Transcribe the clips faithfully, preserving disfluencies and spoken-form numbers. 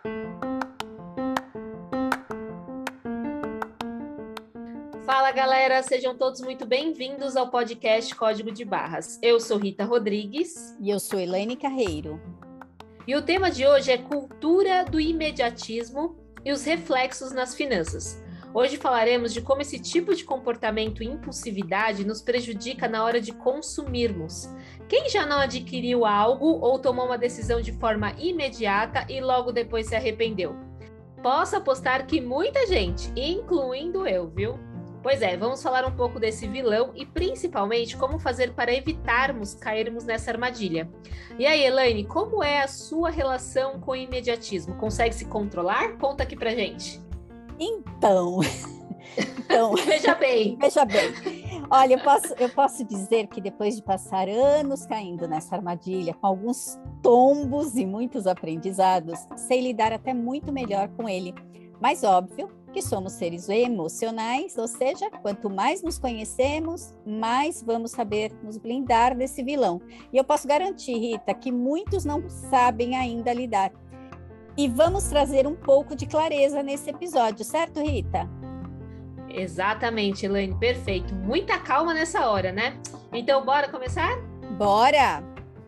Fala, galera, sejam todos muito bem-vindos ao podcast Código de Barras. Eu sou Rita Rodrigues. E eu sou Elaine Carreiro. E o tema de hoje é cultura do imediatismo e os reflexos nas finanças. Hoje falaremos de como esse tipo de comportamento e impulsividade nos prejudica na hora de consumirmos. Quem já não adquiriu algo ou tomou uma decisão de forma imediata e logo depois se arrependeu? Posso apostar que muita gente, incluindo eu, viu? Pois é, vamos falar um pouco desse vilão e principalmente como fazer para evitarmos cairmos nessa armadilha. E aí, Elaine, como é a sua relação com o imediatismo? Consegue se controlar? Conta aqui pra gente. Então, então veja bem. Veja bem. Olha, eu posso, eu posso dizer que depois de passar anos caindo nessa armadilha, com alguns tombos e muitos aprendizados, sei lidar até muito melhor com ele. Mas óbvio que somos seres emocionais, ou seja, quanto mais nos conhecemos, mais vamos saber nos blindar desse vilão. E eu posso garantir, Rita, que muitos não sabem ainda lidar. E vamos trazer um pouco de clareza nesse episódio, certo, Rita? Exatamente, Elaine, perfeito. Muita calma nessa hora, né? Então, bora começar? Bora!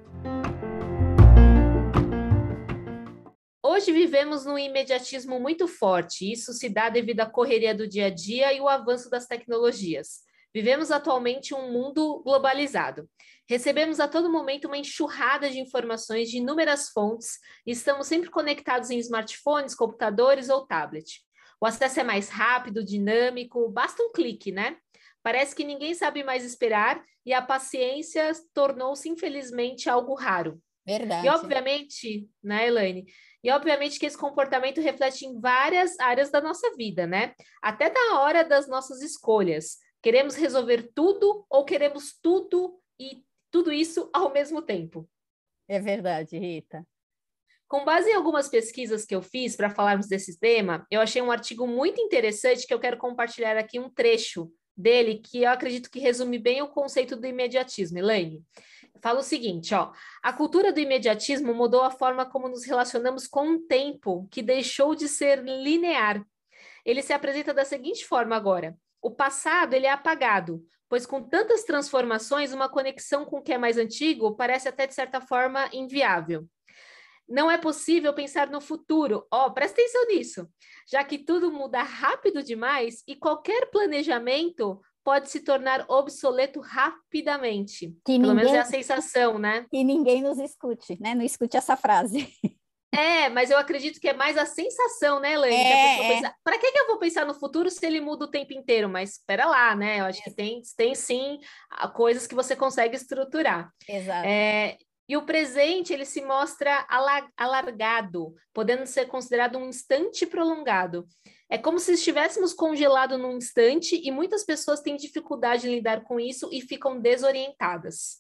Hoje vivemos num imediatismo muito forte. Isso se dá devido à correria do dia a dia e o avanço das tecnologias. Vivemos atualmente um mundo globalizado. Recebemos a todo momento uma enxurrada de informações de inúmeras fontes e estamos sempre conectados em smartphones, computadores ou tablet. O acesso é mais rápido, dinâmico, basta um clique, né? Parece que ninguém sabe mais esperar e a paciência tornou-se, infelizmente, algo raro. Verdade. E, obviamente, né, Elaine? E, obviamente, que esse comportamento reflete em várias áreas da nossa vida, né? Até na hora das nossas escolhas. Queremos resolver tudo ou queremos tudo e tudo isso ao mesmo tempo? É verdade, Rita. Com base em algumas pesquisas que eu fiz para falarmos desse tema, eu achei um artigo muito interessante que eu quero compartilhar aqui um trecho dele, que eu acredito que resume bem o conceito do imediatismo. Elaine, fala o seguinte, ó, a cultura do imediatismo mudou a forma como nos relacionamos com um tempo que deixou de ser linear. Ele se apresenta da seguinte forma agora: o passado ele é apagado, pois com tantas transformações, uma conexão com o que é mais antigo parece até de certa forma inviável. Não é possível pensar no futuro. Ó, oh, presta atenção nisso, já que tudo muda rápido demais e qualquer planejamento pode se tornar obsoleto rapidamente. Que Pelo ninguém, menos é a sensação, né? E ninguém nos escute, né? Não escute essa frase. É, mas eu acredito que é mais a sensação, né, Elaine? É, que a pessoa é. pensa, para que, que eu vou pensar no futuro se ele muda o tempo inteiro? Mas espera lá, né? Eu acho que tem, tem sim coisas que você consegue estruturar. Exato. É, e o presente, ele se mostra alargado, podendo ser considerado um instante prolongado. É como se estivéssemos congelados num instante e muitas pessoas têm dificuldade em lidar com isso e ficam desorientadas.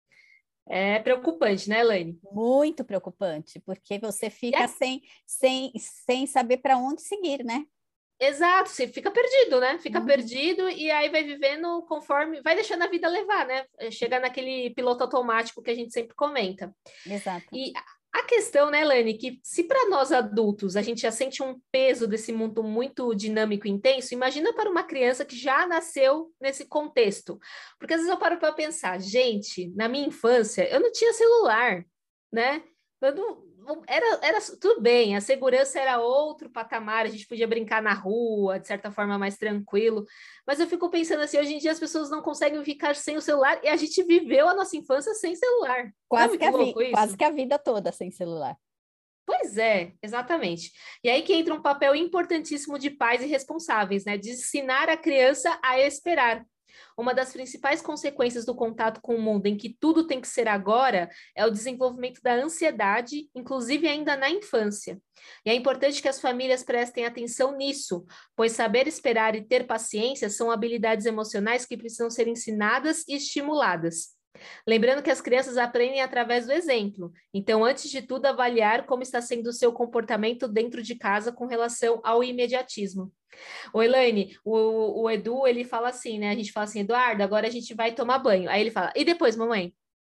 É preocupante, né, Elaine? Muito preocupante, porque você fica é... sem, sem, sem saber para onde seguir, né? Exato, você fica perdido, né? Fica uhum. perdido e aí vai vivendo conforme, vai deixando a vida levar, né? Chega naquele piloto automático que a gente sempre comenta. Exato. E a questão, né, Lani, que se para nós adultos a gente já sente um peso desse mundo muito dinâmico e intenso, imagina para uma criança que já nasceu nesse contexto. Porque às vezes eu paro para pensar, gente, na minha infância eu não tinha celular, né? Eu não, Era, era tudo bem, a segurança era outro patamar, a gente podia brincar na rua, de certa forma mais tranquilo, mas eu fico pensando assim, hoje em dia as pessoas não conseguem ficar sem o celular e a gente viveu a nossa infância sem celular. Quase, não é muito que, a louco vi- isso? quase que a vida toda sem celular. Pois é, exatamente. E aí que entra um papel importantíssimo de pais e responsáveis, né? De ensinar a criança a esperar. Uma das principais consequências do contato com o mundo em que tudo tem que ser agora é o desenvolvimento da ansiedade, inclusive ainda na infância. E é importante que as famílias prestem atenção nisso, pois saber esperar e ter paciência são habilidades emocionais que precisam ser ensinadas e estimuladas. Lembrando que as crianças aprendem através do exemplo. Então, antes de tudo, avaliar como está sendo o seu comportamento dentro de casa com relação ao imediatismo. Ô, Elaine, o, o Edu, ele fala assim, né? A gente fala assim, Eduardo, agora a gente vai tomar banho. Aí ele fala, e depois, mamãe?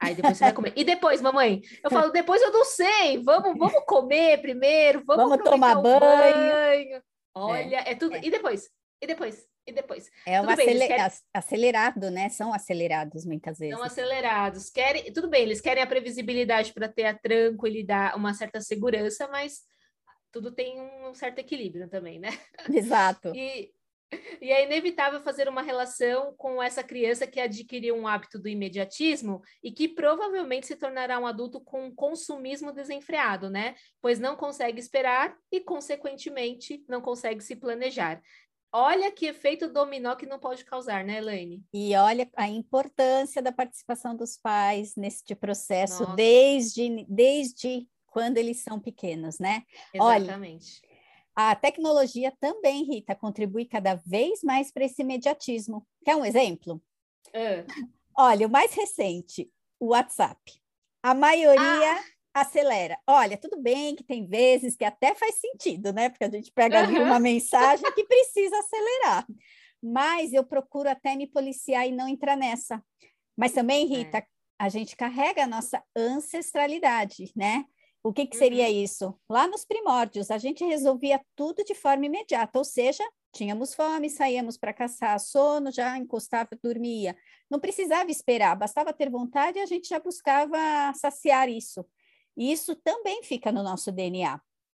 Aí depois você vai comer. E depois, mamãe? Eu falo, depois eu não sei. Vamos, vamos comer primeiro, vamos, Vamos tomar aproveitar o banho. banho. É, Olha, é tudo. é. E depois? E depois? E depois? É um Tudo bem, eles acele- querem. ac- acelerado, né? São acelerados muitas São vezes. acelerados, querem, tudo bem, eles querem a previsibilidade para ter a tranquilidade, uma certa segurança, mas tudo tem um certo equilíbrio também, né? Exato. E, e é inevitável fazer uma relação com essa criança que adquiriu um hábito do imediatismo e que provavelmente se tornará um adulto com um consumismo desenfreado, né? Pois não consegue esperar e, consequentemente, não consegue se planejar. Olha que efeito dominó que não pode causar, né, Elaine? E olha a importância da participação dos pais neste processo Nossa, desde, desde quando eles são pequenos, né? Olha, exatamente. a tecnologia também, Rita, contribui cada vez mais para esse imediatismo. Quer um exemplo? Ah. Olha, o mais recente, o WhatsApp. A Ah, maioria acelera. Olha, tudo bem que tem vezes que até faz sentido, né? Porque a gente pega ali aham. uma mensagem que precisa acelerar. Mas eu procuro até me policiar e não entrar nessa. Mas também, É. Rita, a gente carrega a nossa ancestralidade, né? O que, que seria Uhum. isso? Lá nos primórdios, a gente resolvia tudo de forma imediata, ou seja, tínhamos fome, saíamos para caçar, sono, já encostava, dormia. Não precisava esperar, bastava ter vontade e a gente já buscava saciar isso. E isso também fica no nosso D N A.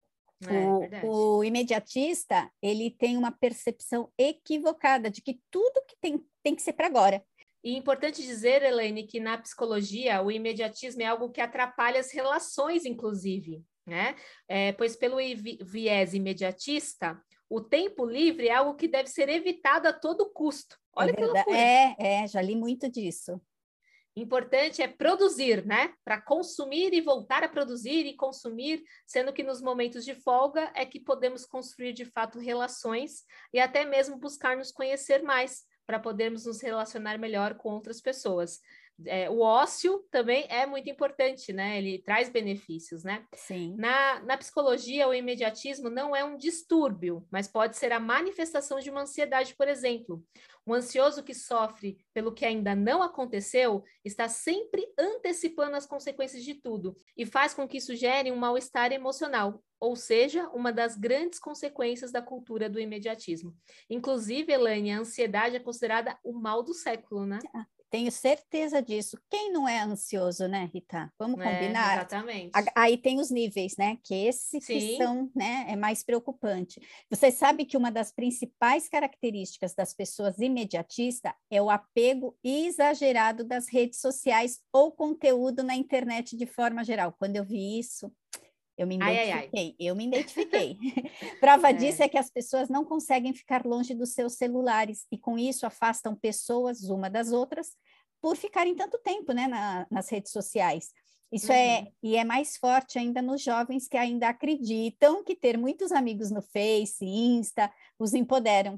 É O, verdade. o imediatista, ele tem uma percepção equivocada de que tudo que tem, tem que ser para agora. E é importante dizer, Elaine, que na psicologia o imediatismo é algo que atrapalha as relações, inclusive, né? É, pois pelo vi- viés imediatista, o tempo livre é algo que deve ser evitado a todo custo. É Olha que verdade. loucura. É, é, já li muito disso. Importante é produzir, né? Para consumir e voltar a produzir e consumir, sendo que nos momentos de folga é que podemos construir de fato relações e até mesmo buscar nos conhecer mais, para podermos nos relacionar melhor com outras pessoas. É, o ócio também é muito importante, né? Ele traz benefícios, né? Sim. Na, na psicologia, o imediatismo não é um distúrbio, mas pode ser a manifestação de uma ansiedade, por exemplo. O ansioso que sofre pelo que ainda não aconteceu está sempre antecipando as consequências de tudo e faz com que isso gere um mal-estar emocional, ou seja, uma das grandes consequências da cultura do imediatismo. Inclusive, Elaine, a ansiedade é considerada o mal do século, né? Tenho certeza disso. Quem não é ansioso, né, Rita? Vamos É, combinar? exatamente. A- Aí tem os níveis, né? Que esse que Sim, são, né, é mais preocupante. Você sabe que uma das principais características das pessoas imediatistas é o apego exagerado das redes sociais ou conteúdo na internet de forma geral. Quando eu vi isso, eu me ai, ai, ai. identifiquei, eu me identifiquei. Prova disso É. é que as pessoas não conseguem ficar longe dos seus celulares e com isso afastam pessoas uma das outras por ficarem tanto tempo, né, na, nas redes sociais. Isso é Uhum. e é mais forte ainda nos jovens que ainda acreditam que ter muitos amigos no Face, Insta, os empoderam.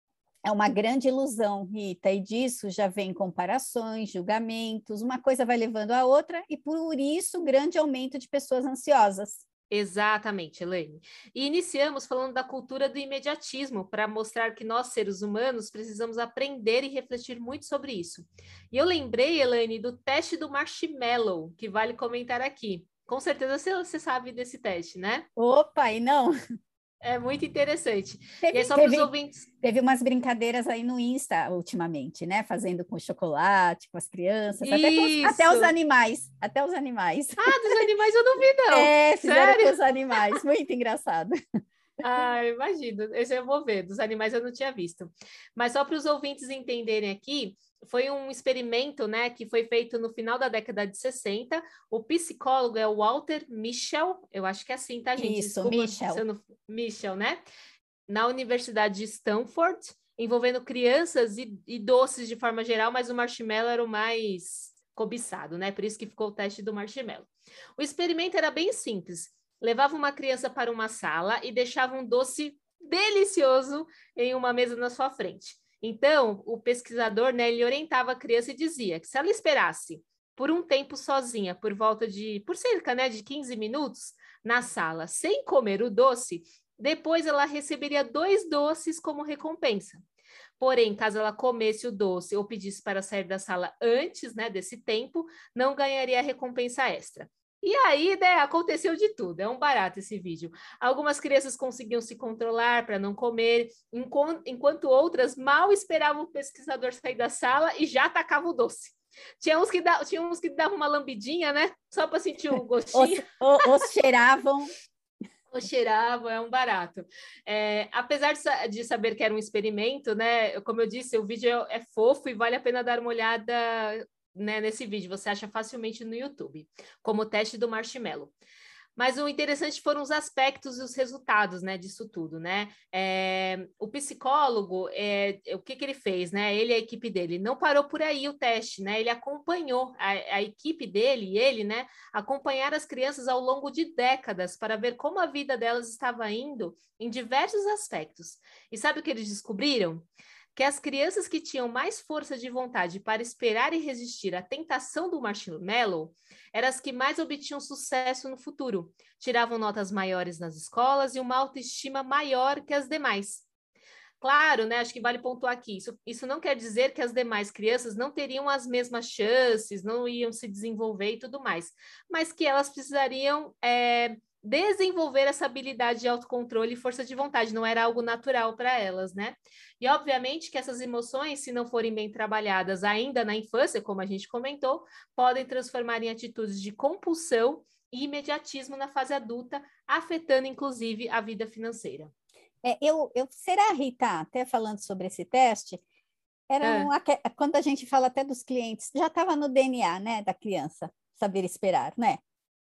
É uma grande ilusão, Rita, e disso já vem comparações, julgamentos, uma coisa vai levando a outra, e por isso o grande aumento de pessoas ansiosas. Exatamente, Elaine. E iniciamos falando da cultura do imediatismo, para mostrar que nós, seres humanos, precisamos aprender e refletir muito sobre isso. E eu lembrei, Elaine, do teste do marshmallow, que vale comentar aqui. Com certeza você, você sabe desse teste, né? Opa, e não, É muito interessante. E aí, teve, só para os teve, ouvintes. teve umas brincadeiras aí no Insta ultimamente, né? Fazendo com chocolate, com as crianças, até, com os, até os Isso! animais, até os animais. Ah, dos animais eu não vi, não. É, fizeram com Sério? os animais, muito engraçado. Ah, imagino. Esse eu vou ver. Dos animais eu não tinha visto. Mas só para os ouvintes entenderem aqui, foi um experimento, né, que foi feito no final da década de sessenta. O psicólogo é o Walter Mischel, eu acho que é assim, tá, gente? Isso, Desculpa se Michel. eu não... Mischel, né? Na Universidade de Stanford, envolvendo crianças e, e doces de forma geral, mas o marshmallow era o mais cobiçado, né? Por isso que ficou o teste do marshmallow. O experimento era bem simples. Levava uma criança para uma sala e deixava um doce delicioso em uma mesa na sua frente. Então, o pesquisador, né, ele orientava a criança e dizia que se ela esperasse por um tempo sozinha, por volta de, por cerca, né, de quinze minutos, na sala, sem comer o doce, depois ela receberia dois doces como recompensa. Porém, caso ela comesse o doce ou pedisse para sair da sala antes, né, desse tempo, não ganharia recompensa extra. E aí, né, aconteceu de tudo. É um barato esse vídeo. Algumas crianças conseguiam se controlar para não comer, enquanto, enquanto outras mal esperavam o pesquisador sair da sala e já atacavam o doce. Tinha uns que, da, tinha uns que davam uma lambidinha, né? Só para sentir o gostinho. Os, os cheiravam. Ou cheiravam, é um barato. É, apesar de, de saber que era um experimento, né? Como eu disse, o vídeo é, é fofo e vale a pena dar uma olhada, né, nesse vídeo. Você acha facilmente no YouTube, como o teste do marshmallow. Mas o interessante foram os aspectos e os resultados, né, disso tudo, né? É, o psicólogo, é, o que, que ele fez, né? Ele e a equipe dele não parou por aí o teste, né? Ele acompanhou a, a equipe dele e ele, né? Acompanhar as crianças ao longo de décadas para ver como a vida delas estava indo em diversos aspectos. E sabe o que eles descobriram? Que as crianças que tinham mais força de vontade para esperar e resistir à tentação do marshmallow eram as que mais obtinham sucesso no futuro, tiravam notas maiores nas escolas e uma autoestima maior que as demais. Claro, né? Acho que vale pontuar aqui. Isso, isso não quer dizer que as demais crianças não teriam as mesmas chances, não iam se desenvolver e tudo mais, mas que elas precisariam é, desenvolver essa habilidade de autocontrole e força de vontade, não era algo natural para elas, né? E obviamente que essas emoções, se não forem bem trabalhadas ainda na infância, como a gente comentou, podem transformar em atitudes de compulsão e imediatismo na fase adulta, afetando inclusive a vida financeira. É, eu, eu, será, Rita, até falando sobre esse teste, era um, quando a gente fala até dos clientes, já estava no D N A, né, da criança, saber esperar, né?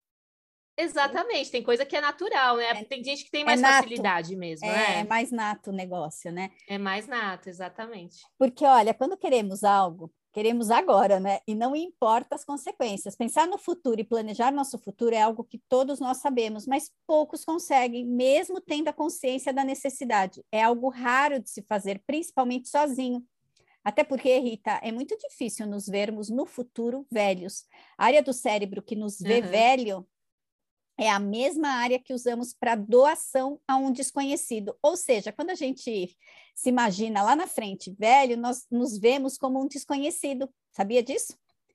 Exatamente, tem coisa que é natural, né? É, tem gente que tem mais é nato, facilidade mesmo, é, né? É mais nato o negócio, né? É mais nato, exatamente. Porque, olha, quando queremos algo, queremos agora, né? E não importa as consequências. Pensar no futuro e planejar nosso futuro é algo que todos nós sabemos, mas poucos conseguem, mesmo tendo a consciência da necessidade. É algo raro de se fazer, principalmente sozinho. Até porque, Rita, é muito difícil nos vermos no futuro velhos. A área do cérebro que nos vê Uhum. velho é a mesma área que usamos para doação a um desconhecido. Ou seja, quando a gente se imagina lá na frente velho, nós nos vemos como um desconhecido. Sabia disso?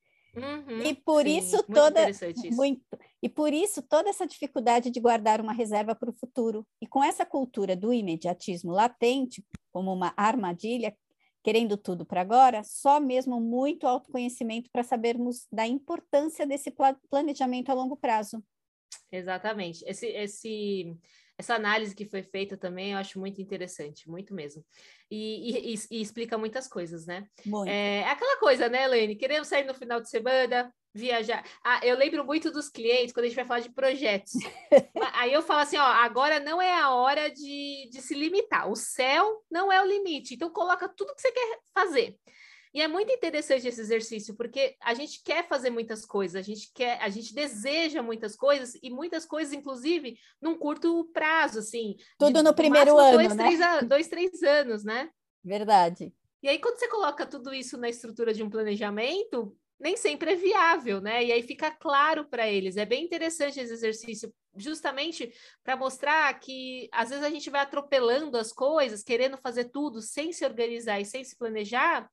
Uhum, e por sim, isso muito toda interessante isso. muito e por isso toda essa dificuldade de guardar uma reserva para o futuro. E com essa cultura do imediatismo latente, como uma armadilha, querendo tudo para agora, só mesmo muito autoconhecimento para sabermos da importância desse planejamento a longo prazo. Exatamente. Esse, esse, essa análise que foi feita também eu acho muito interessante, muito mesmo. E, e, e explica muitas coisas, né? Muito. É aquela coisa, né, Elaine? Queremos sair no final de semana, viajar. Ah, eu lembro muito dos clientes quando a gente vai falar de projetos. Aí eu falo assim, ó, agora não é a hora de, de se limitar. O céu não é o limite. Então coloca tudo que você quer fazer. E é muito interessante esse exercício, porque a gente quer fazer muitas coisas, a gente quer, a gente deseja muitas coisas, e muitas coisas, inclusive, num curto prazo, assim. Tudo de, no primeiro ano, dois, né? Três, dois, três anos, né? Verdade. E aí, quando você coloca tudo isso na estrutura de um planejamento, nem sempre é viável, né? E aí fica claro para eles. É bem interessante esse exercício, justamente para mostrar que às vezes a gente vai atropelando as coisas, querendo fazer tudo sem se organizar e sem se planejar.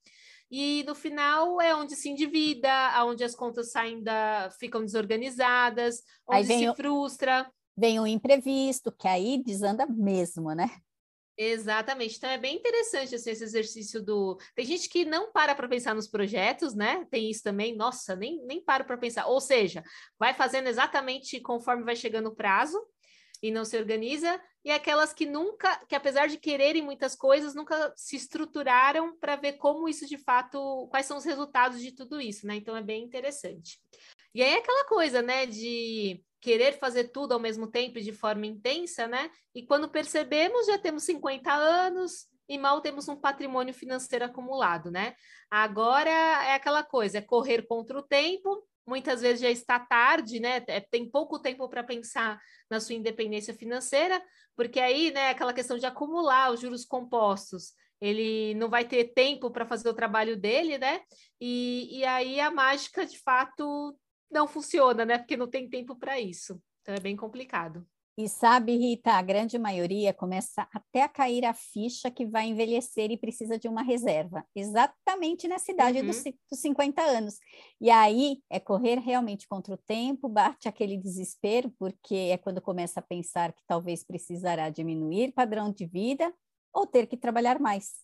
E no final é onde se endivida, onde as contas saem da, ficam desorganizadas, onde se o, frustra. Vem o imprevisto, que aí desanda mesmo, né? Exatamente. Então é bem interessante assim, esse exercício do. Tem gente que não para para pensar nos projetos, né? Tem isso também. Nossa, nem, nem paro para pensar. Ou seja, vai fazendo exatamente conforme vai chegando o prazo e não se organiza, e aquelas que nunca, que apesar de quererem muitas coisas, nunca se estruturaram para ver como isso de fato, quais são os resultados de tudo isso, né? Então é bem interessante. E aí é aquela coisa, né, de querer fazer tudo ao mesmo tempo e de forma intensa, né? E quando percebemos, já temos cinquenta anos e mal temos um patrimônio financeiro acumulado, né? Agora é aquela coisa, é correr contra o tempo, muitas vezes já está tarde, né? Tem pouco tempo para pensar na sua independência financeira, porque aí, né, aquela questão de acumular os juros compostos, ele não vai ter tempo para fazer o trabalho dele, né? E, e aí a mágica, de fato, não funciona, né? Porque não tem tempo para isso. Então é bem complicado. E sabe, Rita, a grande maioria começa até a cair a ficha que vai envelhecer e precisa de uma reserva, exatamente nessa idade dos, Uhum. dos cinquenta anos. E aí é correr realmente contra o tempo, bate aquele desespero, porque é quando começa a pensar que talvez precisará diminuir padrão de vida ou ter que trabalhar mais.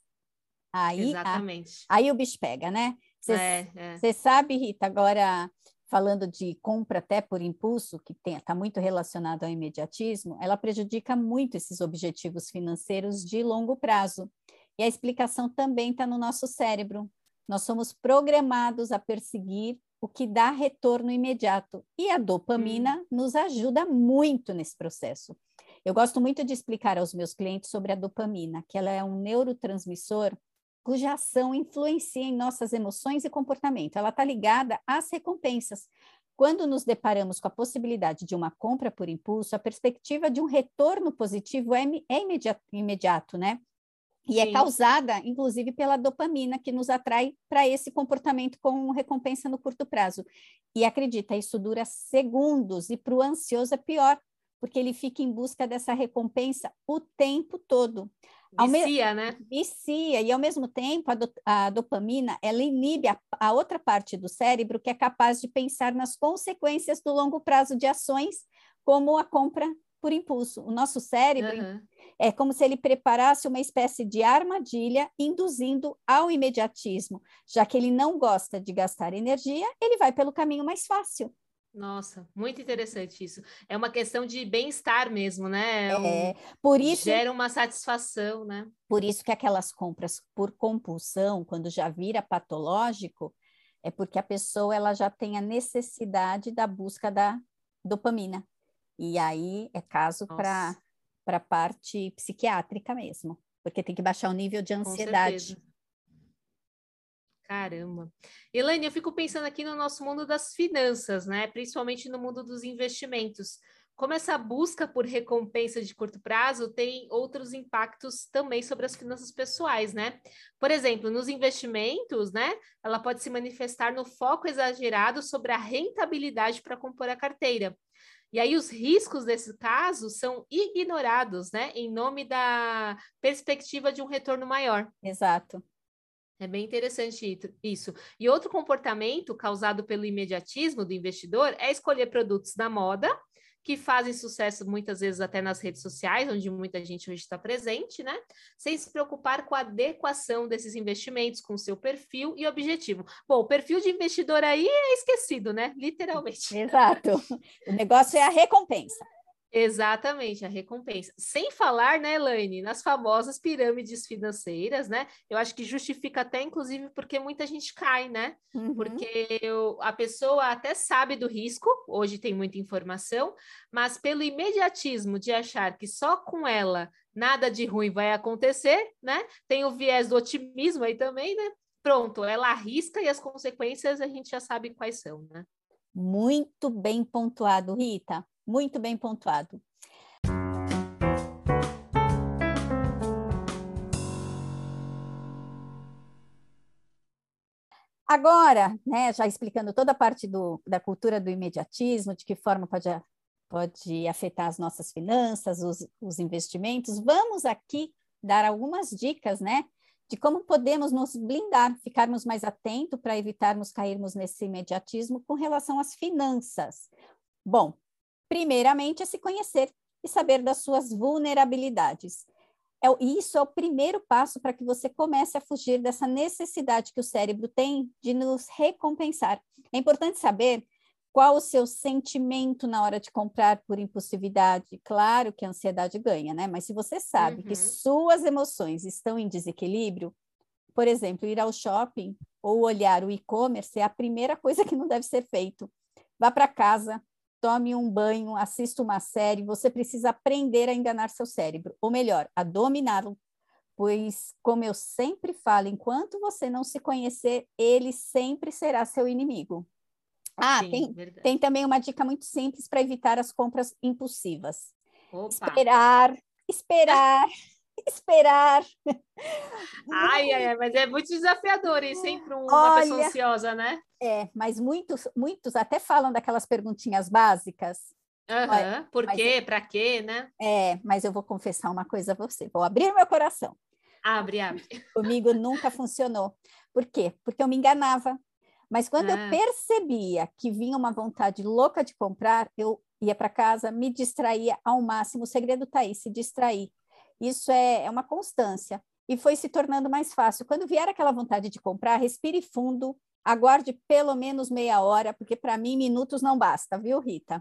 Aí, a, Exatamente. aí o bicho pega, né? É, é. Você sabe, Rita, agora falando de compra até por impulso, que está muito relacionado ao imediatismo, ela prejudica muito esses objetivos financeiros de longo prazo. E a explicação também está no nosso cérebro. Nós somos programados a perseguir o que dá retorno imediato. E a dopamina Hum. nos ajuda muito nesse processo. Eu gosto muito de explicar aos meus clientes sobre a dopamina, que ela é um neurotransmissor cuja ação influencia em nossas emoções e comportamento. Ela está ligada às recompensas. Quando nos deparamos com a possibilidade de uma compra por impulso, a perspectiva de um retorno positivo é, é imediato, imediato, né? E Sim. é causada, inclusive, pela dopamina, que nos atrai para esse comportamento com recompensa no curto prazo. E acredita, isso dura segundos, e para o ansioso é pior, porque ele fica em busca dessa recompensa o tempo todo. Vicia, né? Vicia, e ao mesmo tempo a, do, a dopamina, ela inibe a, a outra parte do cérebro que é capaz de pensar nas consequências do longo prazo de ações, como a compra por impulso. O nosso cérebro Uhum. é como se ele preparasse uma espécie de armadilha induzindo ao imediatismo, já que ele não gosta de gastar energia, ele vai pelo caminho mais fácil. Nossa, muito interessante isso. É uma questão de bem-estar mesmo, né? É um, É, por isso, gera uma satisfação, né? por isso que aquelas compras por compulsão, quando já vira patológico, é porque a pessoa ela já tem a necessidade da busca da dopamina. E aí é caso para Nossa, para a parte psiquiátrica mesmo, porque tem que baixar o nível de com ansiedade. certeza. Caramba. Elaine, eu fico pensando aqui no nosso mundo das finanças, né? Principalmente no mundo dos investimentos. Como essa busca por recompensa de curto prazo tem outros impactos também sobre as finanças pessoais, né? Por exemplo, nos investimentos, né? Ela pode se manifestar no foco exagerado sobre a rentabilidade para compor a carteira. E aí os riscos desse caso são ignorados, né? Em nome da perspectiva de um retorno maior. Exato. É bem interessante isso. E outro comportamento causado pelo imediatismo do investidor é escolher produtos da moda, que fazem sucesso muitas vezes até nas redes sociais, onde muita gente hoje está presente, né? Sem se preocupar com a adequação desses investimentos com o seu perfil e objetivo. Bom, o perfil de investidor aí é esquecido, né? Literalmente. Exato. O negócio é a recompensa. Exatamente, a recompensa. Sem falar, né, Elaine, nas famosas pirâmides financeiras, né? Eu acho que justifica até, inclusive, porque muita gente cai, né? Uhum. Porque eu, a pessoa até sabe do risco, hoje tem muita informação, mas pelo imediatismo de achar que só com ela nada de ruim vai acontecer, né? Tem o viés do otimismo aí também, né? Pronto, ela arrisca e as consequências a gente já sabe quais são, né? Muito bem pontuado, Rita. Muito bem pontuado. Agora, né, já explicando toda a parte do, da cultura do imediatismo, de que forma pode, pode afetar as nossas finanças, os, os investimentos, vamos aqui dar algumas dicas, né, de como podemos nos blindar, ficarmos mais atentos para evitarmos cairmos nesse imediatismo com relação às finanças. Bom, primeiramente é se conhecer e saber das suas vulnerabilidades. É, isso é o primeiro passo para que você comece a fugir dessa necessidade que o cérebro tem de nos recompensar. É importante saber qual o seu sentimento na hora de comprar por impulsividade. Claro que a ansiedade ganha, né? Mas se você sabe que Uhum. suas emoções estão em desequilíbrio, por exemplo, ir ao shopping ou olhar o e-commerce é a primeira coisa que não deve ser feito. Vá para casa, tome um banho, assista uma série, você precisa aprender a enganar seu cérebro, ou melhor, a dominá-lo, pois, como eu sempre falo, enquanto você não se conhecer, ele sempre será seu inimigo. Ah, Sim, tem, tem verdade. também uma dica muito simples para evitar as compras impulsivas. Opa! Esperar, esperar, esperar. Ai, ai, ai, mas é muito desafiador isso, hein, para uma pessoa Olha, ansiosa, né? é, mas muitos, muitos até falam daquelas perguntinhas básicas. Olha, Aham. Por mas, quê? Para quê, né? é, mas eu vou confessar uma coisa a você, vou abrir meu coração. Abre, abre. Comigo nunca funcionou. Por quê? Porque eu me enganava. Mas quando eu Ah, percebia que vinha uma vontade louca de comprar, eu ia para casa, me distraía ao máximo. O segredo está aí, se distrair. Isso é, é uma constância. E foi se tornando mais fácil. Quando vier aquela vontade de comprar, respire fundo, aguarde pelo menos meia hora, porque para mim minutos não basta, viu, Rita?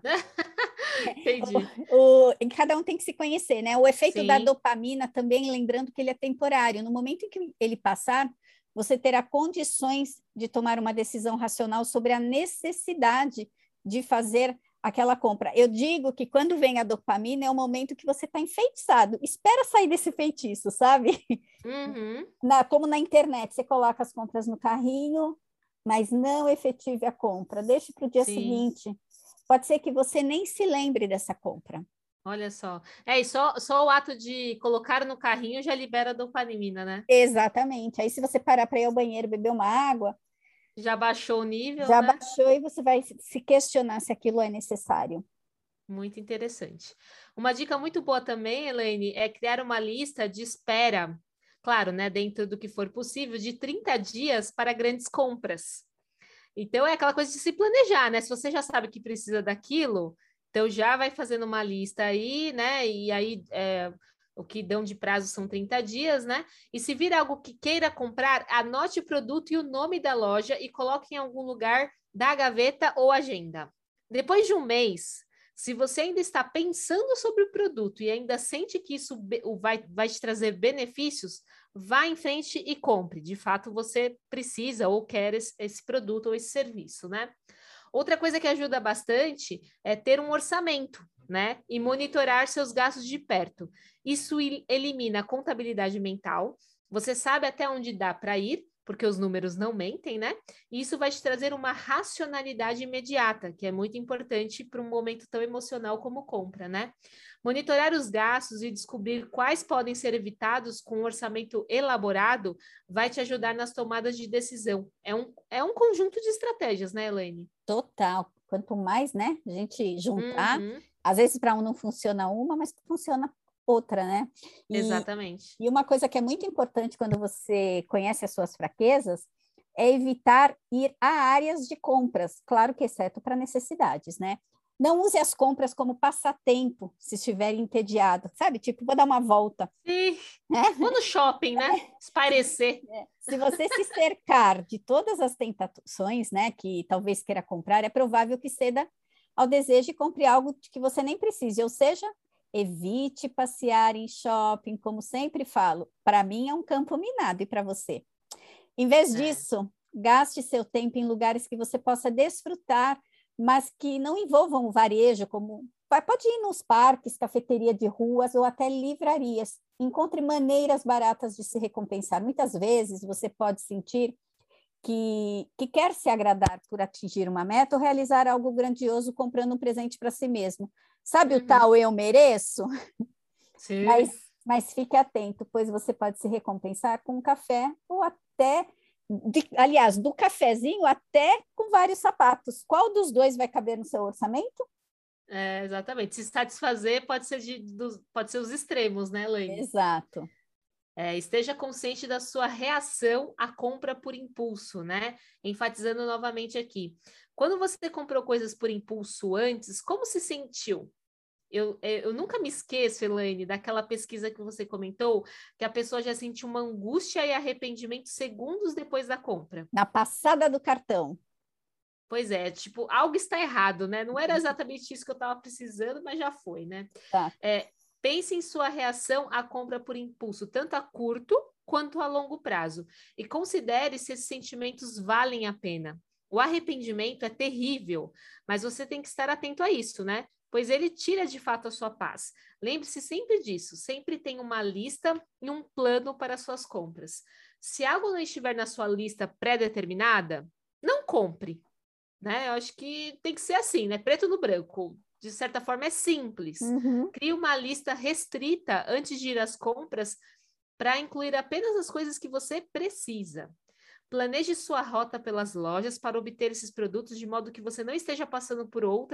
entendi. O, o, cada um tem que se conhecer, né? O efeito da Sim. dopamina também, lembrando que ele é temporário. No momento em que ele passar, você terá condições de tomar uma decisão racional sobre a necessidade de fazer aquela compra. Eu digo que quando vem a dopamina é o momento que você está enfeitiçado. Espera sair desse feitiço, sabe? Uhum. Na, como na internet, você coloca as compras no carrinho, mas não efetive a compra. Deixe para o dia Sim. seguinte. Pode ser que você nem se lembre dessa compra. Olha só. É, e só, só o ato de colocar no carrinho já libera dopamina, né? Exatamente. Aí, se você parar para ir ao banheiro beber uma água, Já baixou o nível, já né? baixou e você vai se questionar se aquilo é necessário. Muito interessante. Uma dica muito boa também, Elaine, é criar uma lista de espera, claro, né, dentro do que for possível, de trinta dias para grandes compras. Então é aquela coisa de se planejar, né? Se você já sabe que precisa daquilo, então já vai fazendo uma lista aí, né? E aí é, o que dão de prazo são trinta dias, né? E se vir algo que queira comprar, anote o produto e o nome da loja e coloque em algum lugar da gaveta ou agenda. Depois de um mês, se você ainda está pensando sobre o produto e ainda sente que isso vai, vai te trazer benefícios, vá em frente e compre. De fato, você precisa ou quer esse, esse produto ou esse serviço, né? Outra coisa que ajuda bastante é ter um orçamento, né? E monitorar seus gastos de perto. Isso elimina a contabilidade mental. Você sabe até onde dá para ir, porque os números não mentem, né? E isso vai te trazer uma racionalidade imediata, que é muito importante para um momento tão emocional como compra, né? Monitorar os gastos e descobrir quais podem ser evitados com um orçamento elaborado vai te ajudar nas tomadas de decisão. É um, é um conjunto de estratégias, né, Elaine? Total. Quanto mais, né, a gente juntar, Uhum, às vezes para um não funciona uma, mas funciona outra, né? E, exatamente. e uma coisa que é muito importante quando você conhece as suas fraquezas é evitar ir a áreas de compras, claro que exceto para necessidades, né? Não use as compras como passatempo, se estiver entediado, sabe? Tipo, vou dar uma volta, Sim. né? Vou no shopping, né? Espairecer. Se você se cercar de todas as tentações, né, que talvez queira comprar, é provável que ceda ao desejo e compre algo de que você nem precise, ou seja, evite passear em shopping, como sempre falo. Para mim é um campo minado e para você. Em vez É. disso, gaste seu tempo em lugares que você possa desfrutar, mas que não envolvam o varejo, como pode ir nos parques, cafeteria de ruas ou até livrarias. Encontre maneiras baratas de se recompensar. Muitas vezes você pode sentir que, que quer se agradar por atingir uma meta ou realizar algo grandioso comprando um presente para si mesmo. Sabe o Uhum. tal eu mereço? Sim. Mas, mas fique atento, pois você pode se recompensar com um café ou até, de, aliás, do cafezinho até com vários sapatos. Qual dos dois vai caber no seu orçamento? É, exatamente. Se satisfazer pode ser, de, dos, pode ser os extremos, né, Elaine? Exato. É, esteja consciente da sua reação à compra por impulso, né? Enfatizando novamente aqui. Quando você comprou coisas por impulso antes, como se sentiu? Eu, eu nunca me esqueço, Elaine, daquela pesquisa que você comentou, que a pessoa já sentiu uma angústia e arrependimento segundos depois da compra. Na passada do cartão. Pois é, tipo, algo está errado, né? Não era exatamente isso que eu estava precisando, mas já foi, né? Tá. É, pense em sua reação à compra por impulso, tanto a curto quanto a longo prazo, e considere se esses sentimentos valem a pena. O arrependimento é terrível, mas você tem que estar atento a isso, né? Pois ele tira de fato a sua paz. Lembre-se sempre disso, sempre tem uma lista e um plano para suas compras. Se algo não estiver na sua lista pré-determinada, não compre, né? Eu acho que tem que ser assim, né? Preto no branco. De certa forma, é simples. Uhum. Crie uma lista restrita antes de ir às compras para incluir apenas as coisas que você precisa. Planeje sua rota pelas lojas para obter esses produtos de modo que você não esteja passando por outras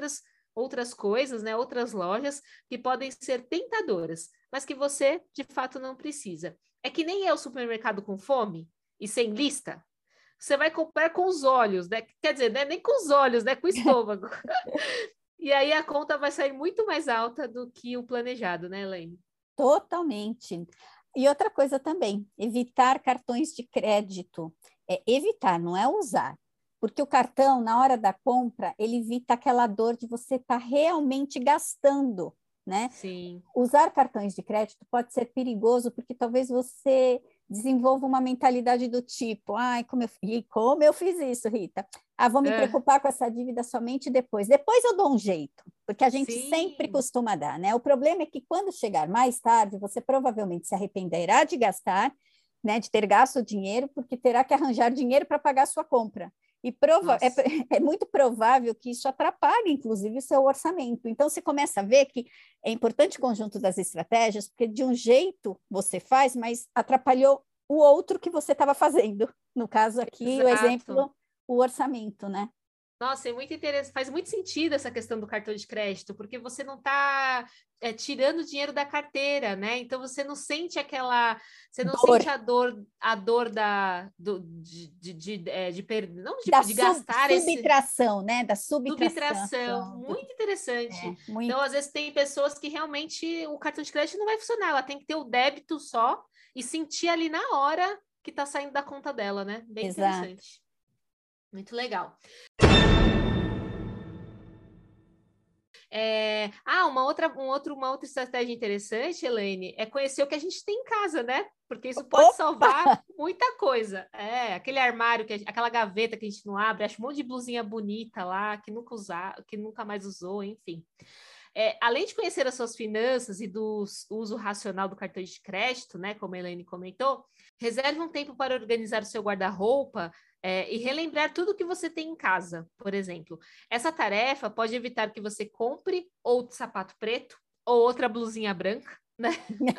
outras coisas, né? Outras lojas que podem ser tentadoras, mas que você, de fato, não precisa. É que nem é o supermercado com fome e sem lista. Você vai comprar com os olhos, né? Quer dizer, né? Nem com os olhos, né? Com o estômago. E aí a conta vai sair muito mais alta do que o planejado, né, Elaine? Totalmente. E outra coisa também, evitar cartões de crédito. É evitar, não é usar. Porque o cartão, na hora da compra, ele evita aquela dor de você estar tá realmente gastando, né? Sim. Usar cartões de crédito pode ser perigoso, porque talvez você desenvolva uma mentalidade do tipo, ai, como eu, como eu fiz isso, Rita? Ah, vou me É. preocupar com essa dívida somente depois. Depois eu dou um jeito, porque a gente Sim. sempre costuma dar, né? O problema é que quando chegar mais tarde, você provavelmente se arrependerá de gastar, né, de ter gasto o dinheiro, porque terá que arranjar dinheiro para pagar a sua compra. E prova é, é muito provável que isso atrapalhe, inclusive, o seu orçamento. Então, você começa a ver que é importante o conjunto das estratégias, porque de um jeito você faz, mas atrapalhou o outro que você estava fazendo. No caso aqui, Exato. o exemplo, o orçamento, né? Nossa, é muito interessante, faz muito sentido essa questão do cartão de crédito, porque você não está é, tirando dinheiro da carteira, né? Então você não sente aquela, você não Dor. sente a dor, a dor da do, de, de, de, é, de per, não de, da de sub, gastar subtração, esse né? Da subtração. subtração, Do, muito interessante. é, muito. Então, às vezes tem pessoas que realmente o cartão de crédito não vai funcionar, ela tem que ter o débito só e sentir ali na hora que está saindo da conta dela, né? Bem Exato. interessante. Muito legal. É... Ah, uma outra, um outro, uma outra estratégia interessante, Elaine, é conhecer o que a gente tem em casa, né? Porque isso pode Opa! salvar muita coisa. É, aquele armário, que, aquela gaveta que a gente não abre, acha um monte de blusinha bonita lá, que nunca usar, que nunca mais usou, enfim. É, além de conhecer as suas finanças e do uso racional do cartão de crédito, né, como a Elaine comentou, reserve um tempo para organizar o seu guarda-roupa é, e relembrar tudo que você tem em casa, por exemplo. Essa tarefa pode evitar que você compre outro sapato preto ou outra blusinha branca, né?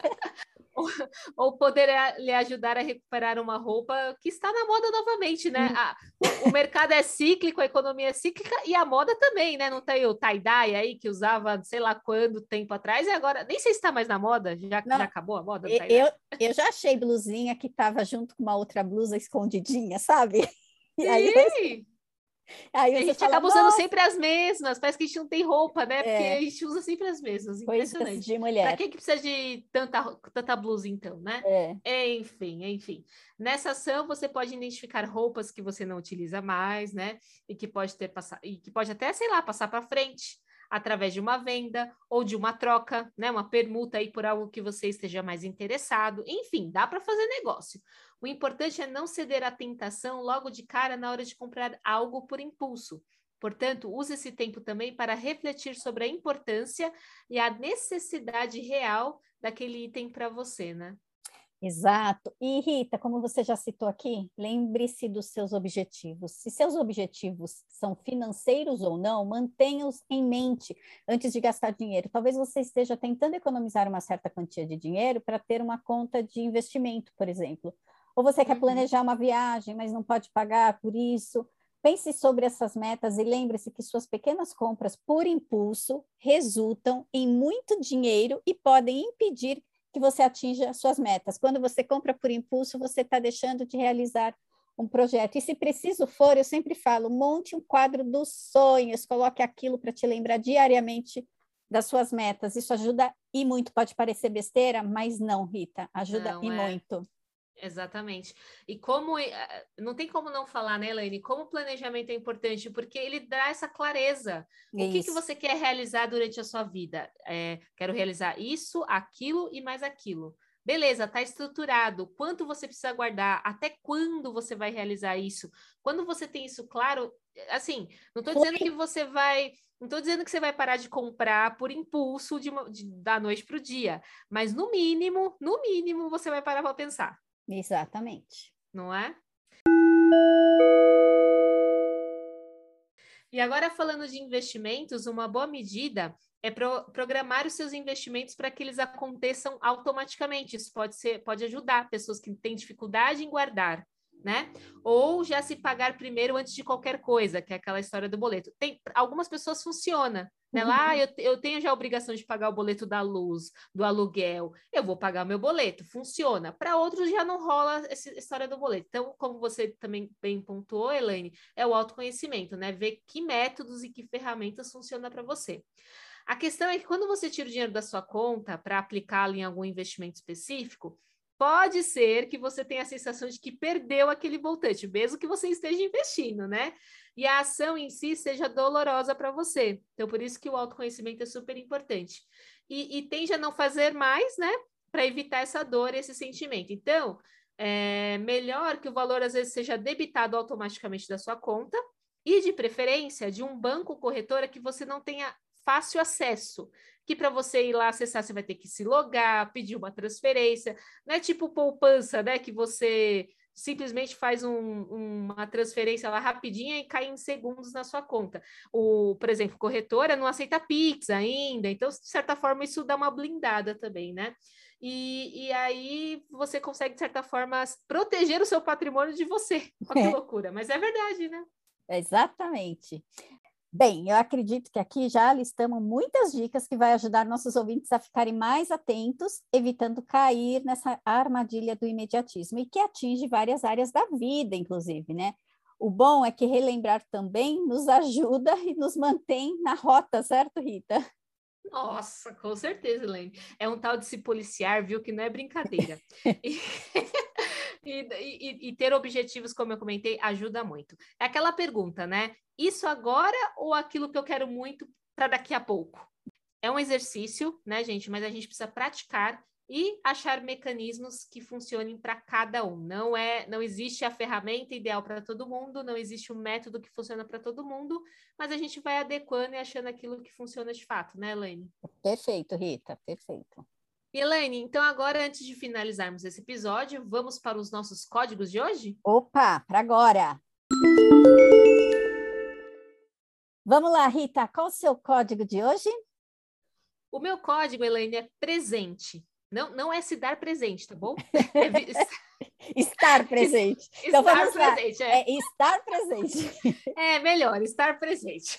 ou, ou poderá lhe ajudar a recuperar uma roupa que está na moda novamente, né? A, o, o mercado é cíclico, a economia é cíclica e a moda também, né? Não tem o tie-dye aí que usava sei lá quando tempo atrás e agora nem sei se está mais na moda, já, Não, já acabou a moda do tie-dye? eu, eu já achei blusinha que estava junto com uma outra blusa escondidinha, sabe? E aí, Sim! aí E a você gente fala, acaba usando nossa, sempre as mesmas, parece que a gente não tem roupa, né? Porque a é, gente usa sempre as mesmas, coisas impressionante. de Para mulher. que que precisa de tanta, tanta blusa, então, né? É. Enfim, enfim. Nessa ação, você pode identificar roupas que você não utiliza mais, né? E que pode ter passado, e que pode até, sei lá, passar para frente através de uma venda ou de uma troca, né? Uma permuta aí por algo que você esteja mais interessado. Enfim, dá para fazer negócio. O importante é não ceder à tentação logo de cara na hora de comprar algo por impulso. Portanto, use esse tempo também para refletir sobre a importância e a necessidade real daquele item para você, né? Exato. E Rita, como você já citou aqui, lembre-se dos seus objetivos. Se seus objetivos são financeiros ou não, mantenha-os em mente antes de gastar dinheiro. Talvez você esteja tentando economizar uma certa quantia de dinheiro para ter uma conta de investimento, por exemplo. Ou você quer Uhum. planejar uma viagem, mas não pode pagar por isso. Pense sobre essas metas e lembre-se que suas pequenas compras por impulso resultam em muito dinheiro e podem impedir que você atinja suas metas. Quando você compra por impulso, você está deixando de realizar um projeto. E se preciso for, eu sempre falo, monte um quadro dos sonhos, coloque aquilo para te lembrar diariamente das suas metas. Isso ajuda e muito. Pode parecer besteira, mas não, Rita, ajuda Não, e é. muito. Exatamente. E como não tem como não falar, né, Elaine? Como o planejamento é importante, porque ele dá essa clareza. O que, que você quer realizar durante a sua vida? É, quero realizar isso, aquilo e mais aquilo. Beleza, está estruturado. Quanto você precisa guardar? Até quando você vai realizar isso? Quando você tem isso claro, assim, não estou dizendo que você vai. Não estou dizendo que você vai parar de comprar por impulso de uma, de, da noite para o dia, mas no mínimo, no mínimo, você vai parar para pensar. Exatamente. Não é? E agora, falando de investimentos, uma boa medida é pro, programar os seus investimentos para que eles aconteçam automaticamente. Isso pode ser, pode ajudar pessoas que têm dificuldade em guardar, né? Ou já se pagar primeiro antes de qualquer coisa, que é aquela história do boleto. Tem algumas pessoas funciona, né? Lá ah, eu, eu tenho já a obrigação de pagar o boleto da luz, do aluguel, eu vou pagar meu boleto, funciona. Para outros já não rola essa história do boleto. Então, como você também bem pontuou, Elaine, é o autoconhecimento, né? Ver que métodos e que ferramentas funcionam para você. A questão é que quando você tira o dinheiro da sua conta para aplicá-lo em algum investimento específico, pode ser que você tenha a sensação de que perdeu aquele montante, mesmo que você esteja investindo, né? E a ação em si seja dolorosa para você. Então, por isso que o autoconhecimento é super importante. E, e tende a não fazer mais, né? Para evitar essa dor, esse sentimento. Então, é melhor que o valor, às vezes, seja debitado automaticamente da sua conta e, de preferência, de um banco corretora que você não tenha fácil acesso, que para você ir lá acessar, você vai ter que se logar, pedir uma transferência, não é tipo poupança, né, que você simplesmente faz um, uma transferência lá rapidinha e cai em segundos na sua conta. O, por exemplo, corretora não aceita Pix ainda, então, de certa forma, isso dá uma blindada também, né? E, e aí você consegue, de certa forma, proteger o seu patrimônio de você. Olha que loucura, mas é verdade, né? Exatamente. Bem, eu acredito que aqui já listamos muitas dicas que vai ajudar nossos ouvintes a ficarem mais atentos, evitando cair nessa armadilha do imediatismo e que atinge várias áreas da vida, inclusive, né? O bom é que relembrar também nos ajuda e nos mantém na rota, certo, Rita? Nossa, com certeza, Elaine. É um tal de se policiar, viu, que não é brincadeira. E... E, e, e ter objetivos, como eu comentei, ajuda muito. É aquela pergunta, né? Isso agora ou aquilo que eu quero muito para daqui a pouco? É um exercício, né, gente? Mas a gente precisa praticar e achar mecanismos que funcionem para cada um. Não é, não existe a ferramenta ideal para todo mundo, não existe um método que funciona para todo mundo, mas a gente vai adequando e achando aquilo que funciona de fato, né, Elaine? Perfeito, Rita, perfeito. Elaine, então agora, antes de finalizarmos esse episódio, vamos para os nossos códigos de hoje? Opa, para agora! Vamos lá, Rita, qual o seu código de hoje? O meu código, Elaine, é presente. Não, não é se dar presente, tá bom? É vi... Estar presente. Estar então vamos presente, lá. é. É estar presente. É melhor, estar presente.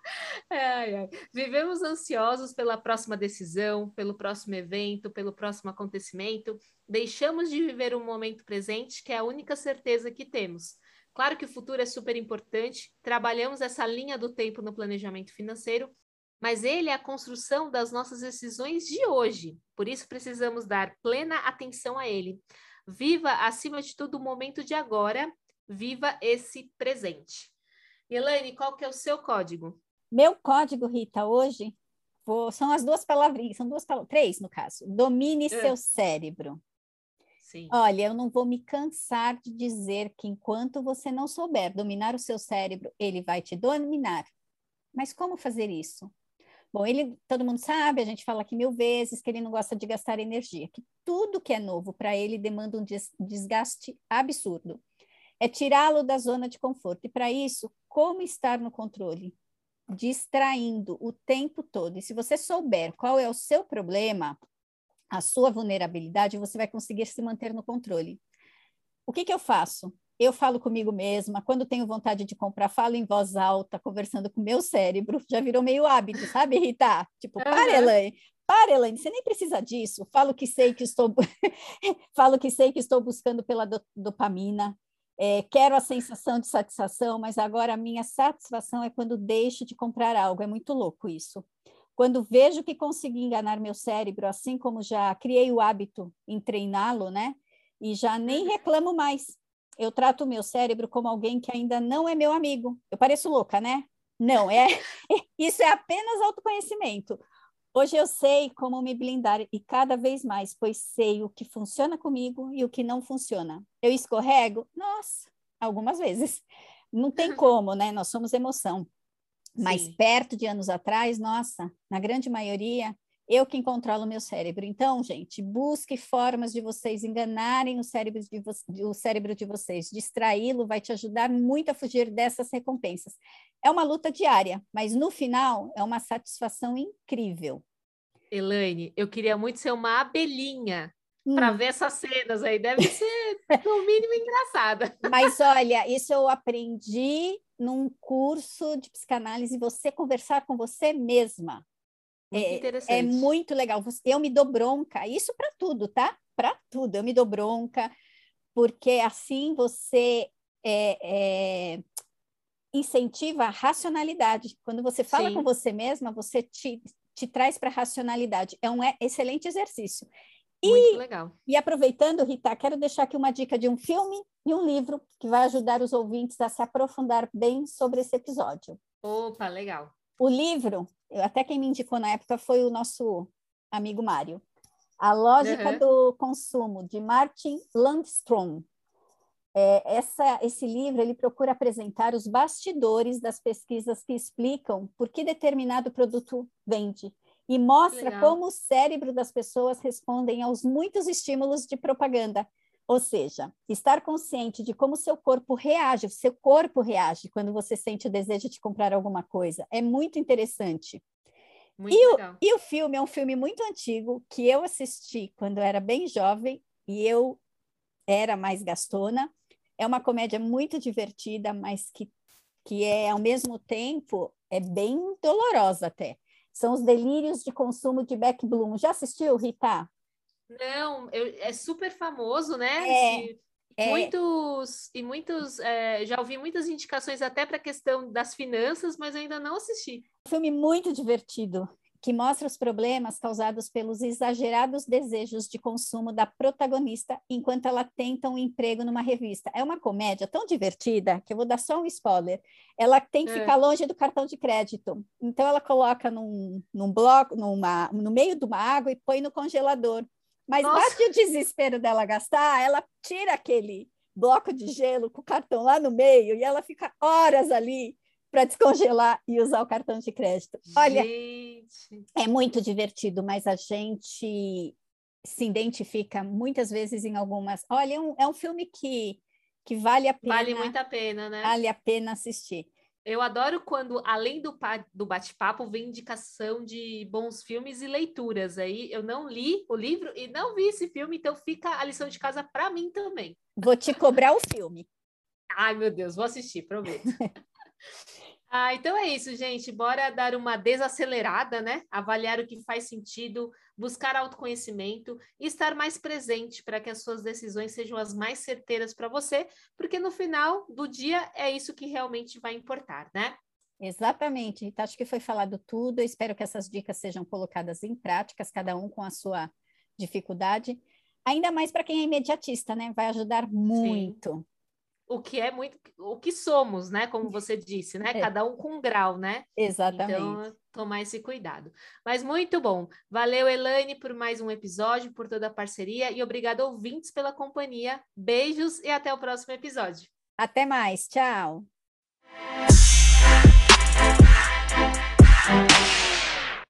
Ai, ai. Vivemos ansiosos pela próxima decisão, pelo próximo evento, pelo próximo acontecimento. Deixamos de viver o momento presente, que é a única certeza que temos. Claro que o futuro é super importante, trabalhamos essa linha do tempo no planejamento financeiro, mas ele é a construção das nossas decisões de hoje. Por isso precisamos dar plena atenção a ele. Viva, acima de tudo, o momento de agora. Viva esse presente. Elaine, qual que é o seu código? Meu código, Rita, hoje vou, são as duas palavrinhas, são duas palavras, três no caso. Domine É. seu cérebro. Sim. Olha, eu não vou me cansar de dizer que enquanto você não souber dominar o seu cérebro, ele vai te dominar. Mas como fazer isso? Bom, ele, todo mundo sabe, a gente fala aqui mil vezes que ele não gosta de gastar energia, que tudo que é novo para ele demanda um desgaste absurdo. É tirá-lo da zona de conforto. E para isso, como estar no controle? Distraindo o tempo todo. E se você souber qual é o seu problema, a sua vulnerabilidade, você vai conseguir se manter no controle. O que que eu faço? Eu falo comigo mesma, quando tenho vontade de comprar, falo em voz alta, conversando com o meu cérebro, já virou meio hábito, sabe, Rita? Tipo, Uhum. para, Elaine, para, Elaine, você nem precisa disso. Falo que sei que estou, falo que sei que estou buscando pela do, dopamina, é, quero a sensação de satisfação, mas agora a minha satisfação é quando deixo de comprar algo. É muito louco isso. Quando vejo que consegui enganar meu cérebro, assim como já criei o hábito em treiná-lo, né? E já nem reclamo mais. Eu trato o meu cérebro como alguém que ainda não é meu amigo. Eu pareço louca, né? Não, é isso é apenas autoconhecimento. Hoje eu sei como me blindar e cada vez mais, pois sei o que funciona comigo e o que não funciona. Eu escorrego? Nossa, algumas vezes. Não tem como, né? Nós somos emoção. Mas Sim. perto de anos atrás, nossa, na grande maioria, eu que controlo o meu cérebro. Então, gente, busque formas de vocês enganarem o cérebro de, vo- o cérebro de vocês. Distraí-lo vai te ajudar muito a fugir dessas recompensas. É uma luta diária, mas no final é uma satisfação incrível. Elaine, eu queria muito ser uma abelhinha para ver essas cenas aí. Deve ser, no mínimo, engraçada. Mas olha, isso eu aprendi num curso de psicanálise, você conversar com você mesma. Muito É, interessante. é muito legal. Eu me dou bronca, isso para tudo, tá? Para tudo, eu me dou bronca, porque assim você é, é, incentiva a racionalidade. Quando você fala Sim. com você mesma, você te, te traz para a racionalidade. É um excelente exercício. Muito E, legal. e aproveitando, Rita, quero deixar aqui uma dica de um filme e um livro que vai ajudar os ouvintes a se aprofundar bem sobre esse episódio. Opa, legal. O livro, até quem me indicou na época foi o nosso amigo Mário. A Lógica uhum. do Consumo, de Martin Landstrom. É, essa, esse livro ele procura apresentar os bastidores das pesquisas que explicam por que determinado produto vende e mostra Legal. como o cérebro das pessoas respondem aos muitos estímulos de propaganda. Ou seja, estar consciente de como seu corpo reage, o seu corpo reage quando você sente o desejo de comprar alguma coisa. É muito interessante. Muito e, legal. O, e o filme é um filme muito antigo que eu assisti quando eu era bem jovem e eu era mais gastona. É uma comédia muito divertida, mas que, que é, ao mesmo tempo, é bem dolorosa até. São os Delírios de Consumo de Beck Bloom. Já assistiu, Rita? Não, eu, é super famoso, né? É, Esse, é. Muitos, e muitos, é, já ouvi muitas indicações até para a questão das finanças, mas eu ainda não assisti. Um filme muito divertido, que mostra os problemas causados pelos exagerados desejos de consumo da protagonista enquanto ela tenta um emprego numa revista. É uma comédia tão divertida que eu vou dar só um spoiler. Ela tem que É. ficar longe do cartão de crédito. Então ela coloca num, num bloco, numa, no meio de uma água e põe no congelador. Mas Nossa. bate o desespero dela gastar, ela tira aquele bloco de gelo com o cartão lá no meio e ela fica horas ali para descongelar e usar o cartão de crédito. Olha, gente. É muito divertido, mas a gente se identifica muitas vezes em algumas... Olha, é um, é um filme que, que vale a pena... Vale muito a pena, né? Vale a pena assistir. Eu adoro quando, além do, do bate-papo, vem indicação de bons filmes e leituras. Aí eu não li o livro e não vi esse filme, então fica a lição de casa para mim também. Vou te cobrar o filme. Ai, meu Deus, vou assistir, prometo. Ah, então é isso, gente. Bora dar uma desacelerada, né? Avaliar o que faz sentido, buscar autoconhecimento e estar mais presente para que as suas decisões sejam as mais certeiras para você, porque no final do dia é isso que realmente vai importar, né? Exatamente. Então, acho que foi falado tudo. Eu espero que essas dicas sejam colocadas em práticas, cada um com a sua dificuldade. Ainda mais para quem é imediatista, né? Vai ajudar muito. Sim. O que é muito, o que somos, né? Como você disse, né? Cada um com um grau, né? Exatamente. Então, tomar esse cuidado. Mas muito bom. Valeu, Elaine, por mais um episódio, por toda a parceria e obrigado, ouvintes, pela companhia. Beijos e até o próximo episódio. Até mais. Tchau.